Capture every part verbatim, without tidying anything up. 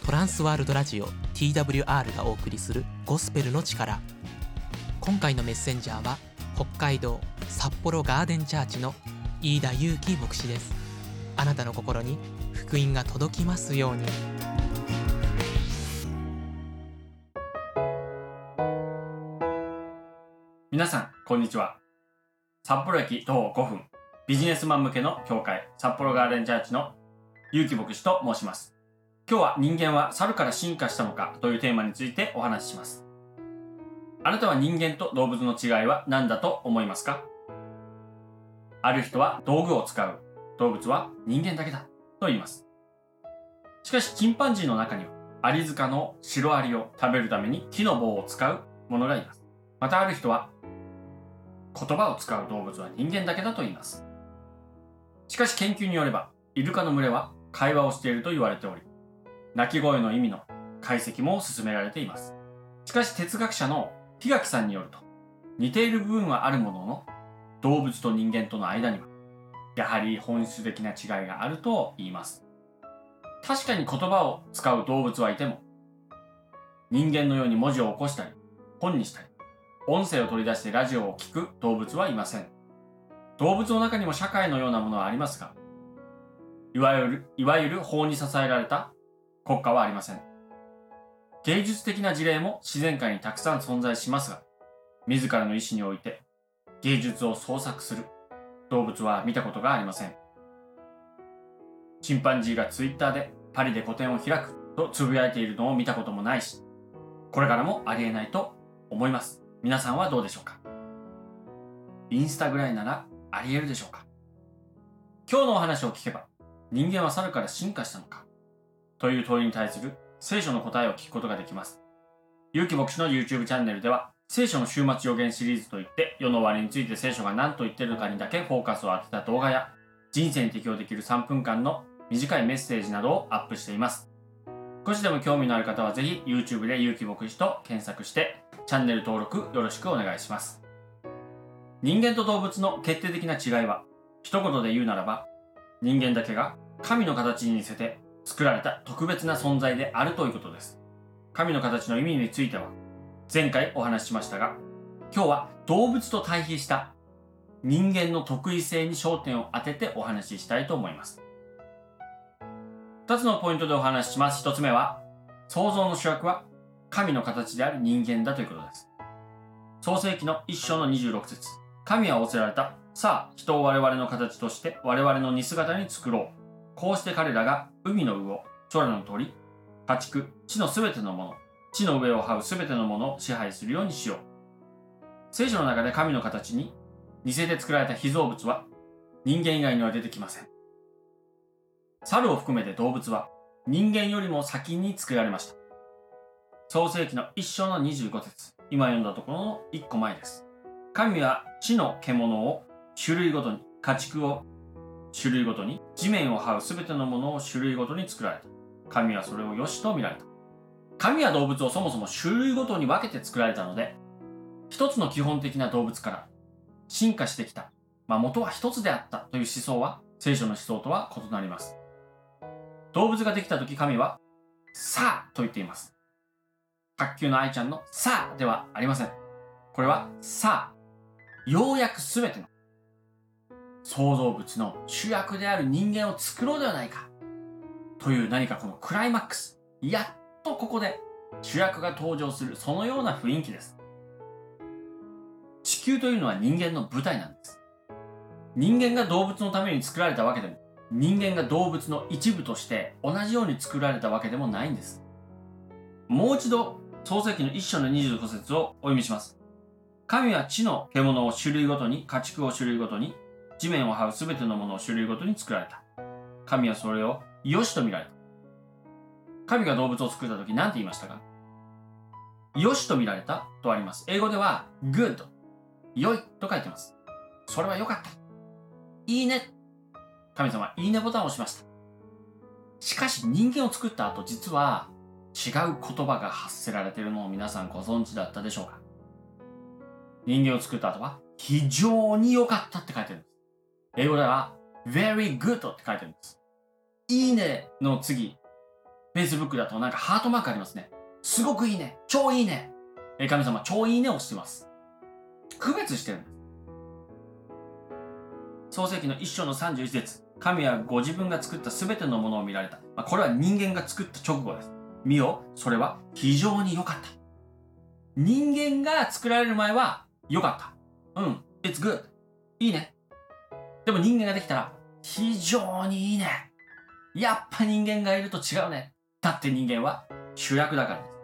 トランスワールドラジオ ティーダブリューアール がお送りするゴスペルの力。今回のメッセンジャーは北海道札幌ガーデンチャーチの飯田祐樹牧師です。あなたの心に福音が届きますように。 皆さんこんにちは。札幌駅徒歩ごふん、ビジネスマン向けの教会札幌ガーデンチャーチの祐樹牧師と申します。今日は人間は猿から進化したのかというテーマについてお話しします。あなたは人間と動物の違いは何だと思いますか？ある人は道具を使う、動物は人間だけだと言います。しかしチンパンジーの中にはアリ塚のシロアリを食べるために木の棒を使うものがいます。またある人は言葉を使う動物は人間だけだと言います。しかし研究によればイルカの群れは会話をしていると言われており、鳴き声の意味の解析も進められています。しかし哲学者の檜垣さんによると、似ている部分はあるものの動物と人間との間にはやはり本質的な違いがあると言います。確かに言葉を使う動物はいても、人間のように文字を起こしたり本にしたり音声を取り出してラジオを聞く動物はいません。動物の中にも社会のようなものはありますが、いわゆる、いわゆる法に支えられた国家はありません。芸術的な事例も自然界にたくさん存在しますが、自らの意思において芸術を創作する動物は見たことがありません。チンパンジーがツイッターでパリで個展を開くとつぶやいているのを見たこともないし、これからもありえないと思います。皆さんはどうでしょうか？インスタぐらいならありえるでしょうか？今日のお話を聞けば、人間は猿から進化したのかという問いに対する聖書の答えを聞くことができます。祐樹牧師の YouTube チャンネルでは、聖書の週末予言シリーズといって、世の終わりについて聖書が何と言っているかにだけフォーカスを当てた動画や、人生に適応できるさんぷんかんの短いメッセージなどをアップしています。少しでも興味のある方はぜひ YouTube で祐樹牧師と検索してチャンネル登録よろしくお願いします。人間と動物の決定的な違いは、一言で言うならば、人間だけが神の形に似せて作られた特別な存在であるということです。神の形の意味については前回お話ししましたが、今日は動物と対比した人間の特異性に焦点を当ててお話ししたいと思います。二つのポイントでお話しします。一つ目は、創造の主役は神の形である人間だということです。創世記の一章のにじゅうろく節、神は仰せられた。さあ、人を我々の形として我々の似姿に作ろう。こうして彼らが海の魚、空の鳥、家畜、地のすべてのもの、地の上を這うすべてのものを支配するようにしよう。聖書の中で神の形に似せて作られた被造物は人間以外には出てきません。猿を含めて動物は人間よりも先に作られました。創世記の一章のにじゅうご節、今読んだところの一個前です。神は地の獣を種類ごとに、家畜を種類ごとに、地面を這うすべてのものを種類ごとに作られた。神はそれを良しと見られた。神は動物をそもそも種類ごとに分けて作られたので、一つの基本的な動物から進化してきた、まあ、元は一つであったという思想は聖書の思想とは異なります。動物ができたとき、神はさあと言っています。卓球の愛ちゃんのさあではありません。これはさあ、ようやくすべての創造物の主役である人間を作ろうではないかという、何かこのクライマックス、やっとここで主役が登場する、そのような雰囲気です。地球というのは人間の舞台なんです。人間が動物のために作られたわけでも、人間が動物の一部として同じように作られたわけでもないんです。もう一度創世記の一章のにじゅうご節をお読みします。神は地の獣を種類ごとに、家畜を種類ごとに、地面を這うすべてのものを種類ごとに作られた。神はそれを良しと見られた。神が動物を作った時何て言いましたか？良しと見られたとあります。英語では good、良いと書いてます。それは良かった。いいね。神様はいいねボタンを押しました。しかし人間を作った後、実は違う言葉が発せられているのを皆さんご存知だったでしょうか？人間を作った後は非常に良かったって書いてるんです。英語では very good って書いてるんです。いいねの次、 Facebook だとなんかハートマークありますね。すごくいいね。超いいね。え神様、超いいねをしてます。区別してるんです。創世記の一章のさんじゅういち節。神はご自分が作ったすべてのものを見られた。まあ、これは人間が作った直後です。見よ、それは非常に良かった。人間が作られる前は良かった。うん、it's good。いいね。でも人間ができたら非常にいいね。やっぱ人間がいると違うね。だって人間は主役だからです。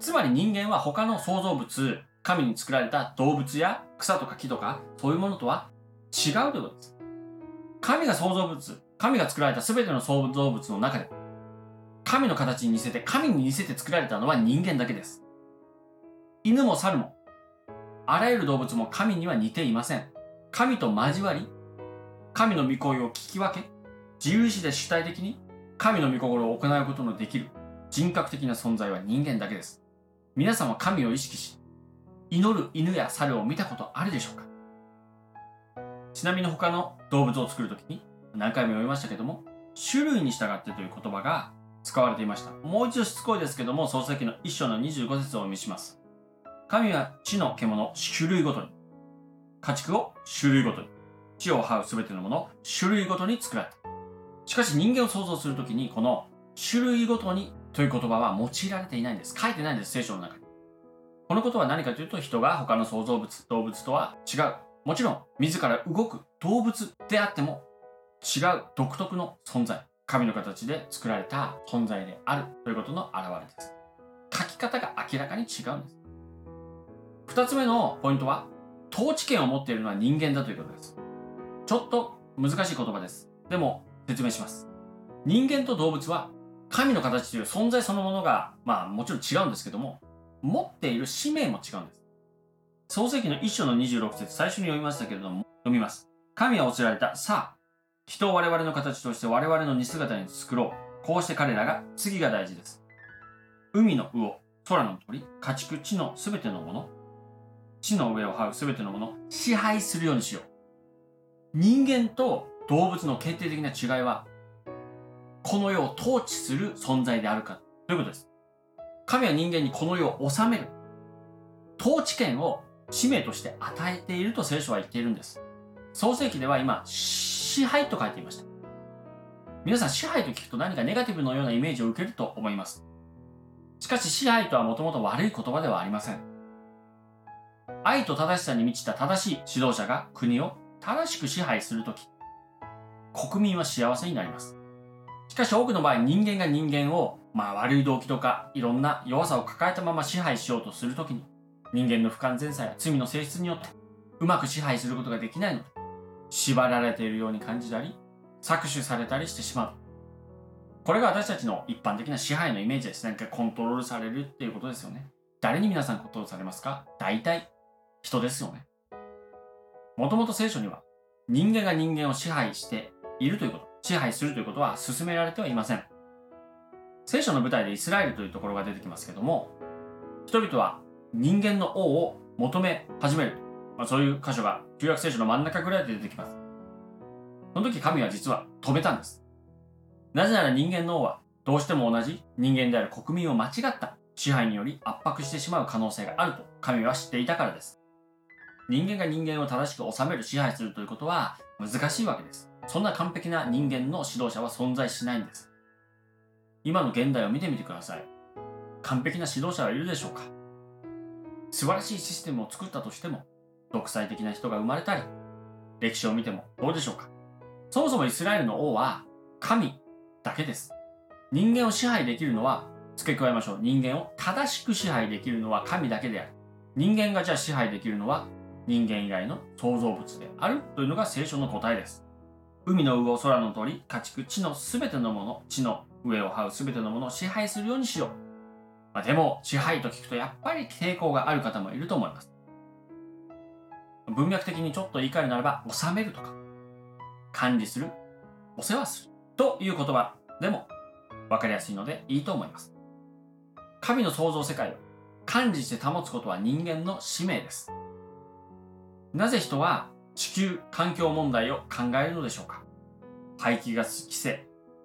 つまり人間は他の創造物、神に作られた動物や草とか木とかそういうものとは違うということです。神が創造物、神が作られた全ての創造物の中で神の形に似せて、神に似せて作られたのは人間だけです。犬も猿もあらゆる動物も神には似ていません。神と交わり、神の御声を聞き分け、自由意志で主体的に神の御心を行うことのできる人格的な存在は人間だけです。皆さんは神を意識し、祈る犬や猿を見たことあるでしょうか？ちなみに他の動物を作るときに何回も読みましたけども、種類に従ってという言葉が使われていました。もう一度しつこいですけども、創世記の一章のにじゅうご節をお見せします。神は地の獣種類ごとに、家畜を種類ごとに、地を這うすべてのものを種類ごとに作られた。しかし人間を創造するときにこの種類ごとにという言葉は用いられていないんです。書いてないんです、聖書の中に。このことは何かというと、人が他の創造物、動物とは違う。もちろん自ら動く動物であっても違う独特の存在。神の形で作られた存在であるということの表れです。書き方が明らかに違うんです。二つ目のポイントは、統治権を持っているのは人間だということです。ちょっと難しい言葉です。でも説明します。人間と動物は神の形という存在そのものが、まあもちろん違うんですけども、持っている使命も違うんです。創世記の一章のにじゅうろく節、最初に読みましたけれども、読みます。神は仰せられた。さあ、人を我々の形として我々の似姿に作ろう。こうして彼らが、次が大事です。海の魚、空の鳥、家畜、地のすべてのもの、地の上を這うすべてのもの、支配するようにしよう。人間と動物の決定的な違いは、この世を統治する存在であるかということです。神は人間にこの世を治める統治権を使命として与えていると聖書は言っているんです。創世記では今、支配と書いていました。皆さん、支配と聞くと何かネガティブのようなイメージを受けると思います。しかし支配とはもともと悪い言葉ではありません。愛と正しさに満ちた正しい指導者が国を正しく支配するとき、国民は幸せになります。しかし多くの場合、人間が人間を、まあ悪い動機とかいろんな弱さを抱えたまま支配しようとするときに、人間の不完全さや罪の性質によってうまく支配することができないので、縛られているように感じたり、搾取されたりしてしまう。これが私たちの一般的な支配のイメージです。何かコントロールされるっていうことですよね。誰に皆さんコントロールされますか？大体人ですよね。もともと聖書には人間が人間を支配しているということ、支配するということは進められてはいません。聖書の舞台でイスラエルというところが出てきますけども、人々は人間の王を求め始める。まあ、そういう箇所が旧約聖書の真ん中ぐらいで出てきます。その時神は実は止めたんです。なぜなら人間の王はどうしても同じ人間である国民を間違った支配により圧迫してしまう可能性があると神は知っていたからです。人間が人間を正しく治める、支配するということは難しいわけです。そんな完璧な人間の指導者は存在しないんです。今の現代を見てみてください。完璧な指導者はいるでしょうか？素晴らしいシステムを作ったとしても、独裁的な人が生まれたり、歴史を見てもどうでしょうか？そもそもイスラエルの王は神だけです。人間を支配できるのは、付け加えましょう。人間を正しく支配できるのは神だけである。人間がじゃあ支配できるのは人間以外の創造物であるというのが聖書の答えです。海の魚、空の鳥、家畜、地のすべてのもの、地の上を這うすべてのものを支配するようにしよう。まあ、でも支配と聞くとやっぱり抵抗がある方もいると思います。文脈的にちょっと言い換えるならば、治めるとか管理する、お世話するという言葉でも分かりやすいのでいいと思います。神の創造世界を管理して保つことは人間の使命です。なぜ人は地球環境問題を考えるのでしょうか？排気ガス規制、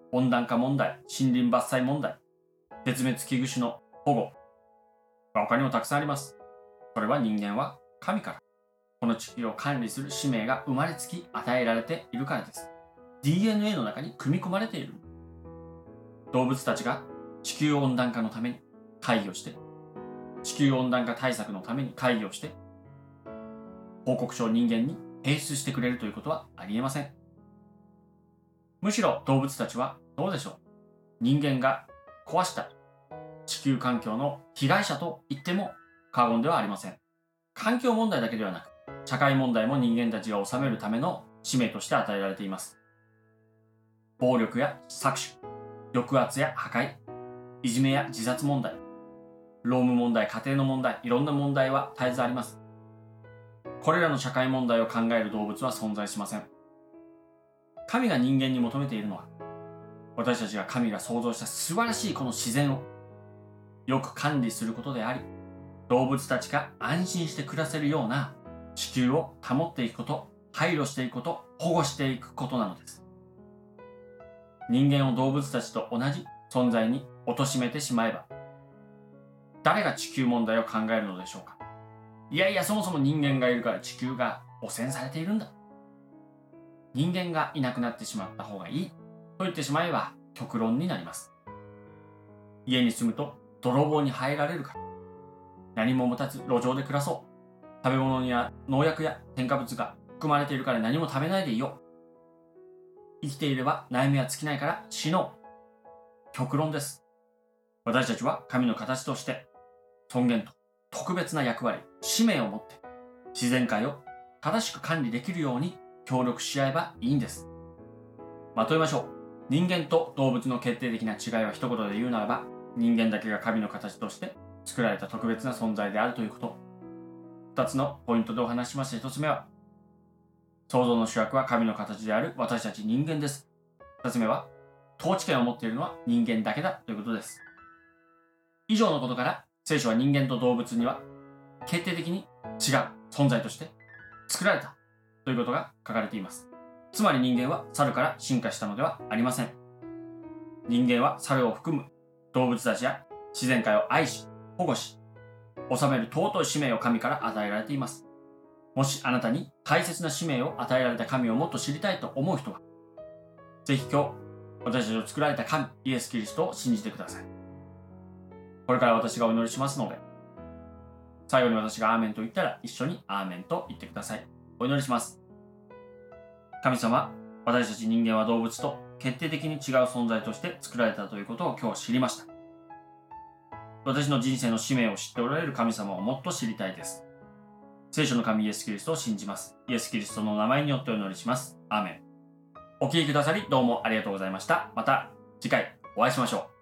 温暖化問題、森林伐採問題、絶滅危惧種の保護、他にもたくさんあります。それは人間は神からこの地球を管理する使命が生まれつき与えられているからです。ディーエヌエー の中に組み込まれている。動物たちが地球温暖化のために会議をして、地球温暖化対策のために会議をして、報告書を人間に提出してくれるということはありえません。むしろ動物たちはどうでしょう。人間が壊した地球環境の被害者と言っても過言ではありません。環境問題だけではなく、社会問題も人間たちが治めるための使命として与えられています。暴力や搾取、抑圧や破壊、いじめや自殺問題、労務問題、家庭の問題、いろんな問題は絶えずあります。これらの社会問題を考える動物は存在しません。神が人間に求めているのは、私たちが神が創造した素晴らしいこの自然をよく管理することであり、動物たちが安心して暮らせるような地球を保っていくこと、配慮していくこと、保護していくことなのです。人間を動物たちと同じ存在に貶めてしまえば、誰が地球問題を考えるのでしょうか。いやいや、そもそも人間がいるから地球が汚染されているんだ。人間がいなくなってしまった方がいいと言ってしまえば極論になります。家に住むと泥棒に入られるから、何も持たず路上で暮らそう。食べ物には農薬や添加物が含まれているから何も食べないでいよう。生きていれば悩みは尽きないから死のう。極論です。私たちは神の形として尊厳と特別な役割、使命を持って自然界を正しく管理できるように協力し合えばいいんです。まとめましょう。人間と動物の決定的な違いは一言で言うならば、人間だけが神の形として作られた特別な存在であるということ。二つのポイントでお話ししました。一つ目は、創造の主役は神の形である私たち人間です。二つ目は、統治権を持っているのは人間だけだということです。以上のことから、聖書は人間と動物には決定的に違う存在として作られたということが書かれています。つまり人間は猿から進化したのではありません。人間は猿を含む動物たちや自然界を愛し、保護し、治める尊い使命を神から与えられています。もしあなたに大切な使命を与えられた神をもっと知りたいと思う人は、ぜひ今日、私たちを作られた神、イエス・キリストを信じてください。これから私がお祈りしますので、最後に私がアーメンと言ったら一緒にアーメンと言ってください。お祈りします。神様、私たち人間は動物と決定的に違う存在として作られたということを今日知りました。私の人生の使命を知っておられる神様をもっと知りたいです。聖書の神イエス・キリストを信じます。イエス・キリストの名前によってお祈りします。アーメン。お聞きくださりどうもありがとうございました。また次回お会いしましょう。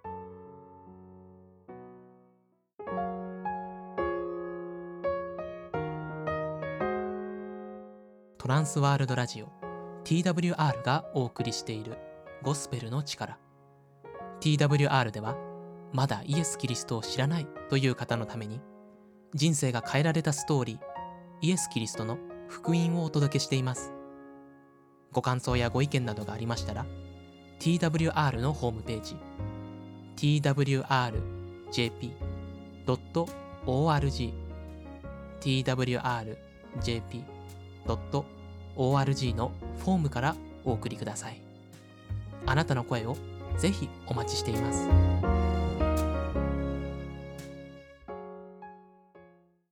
トランスワールドラジオ ティーダブリューアール がお送りしているゴスペルの力。 ティーダブリューアール ではまだイエス・キリストを知らないという方のために、人生が変えられたストーリー、イエス・キリストの福音をお届けしています。ご感想やご意見などがありましたら ティーダブリューアール のホームページ ティーダブリューアールジェーピードットオーアールジー ティーダブリューアールジェーピードットオーアールジー のフォームからお送りください。あなたの声をぜひお待ちしています。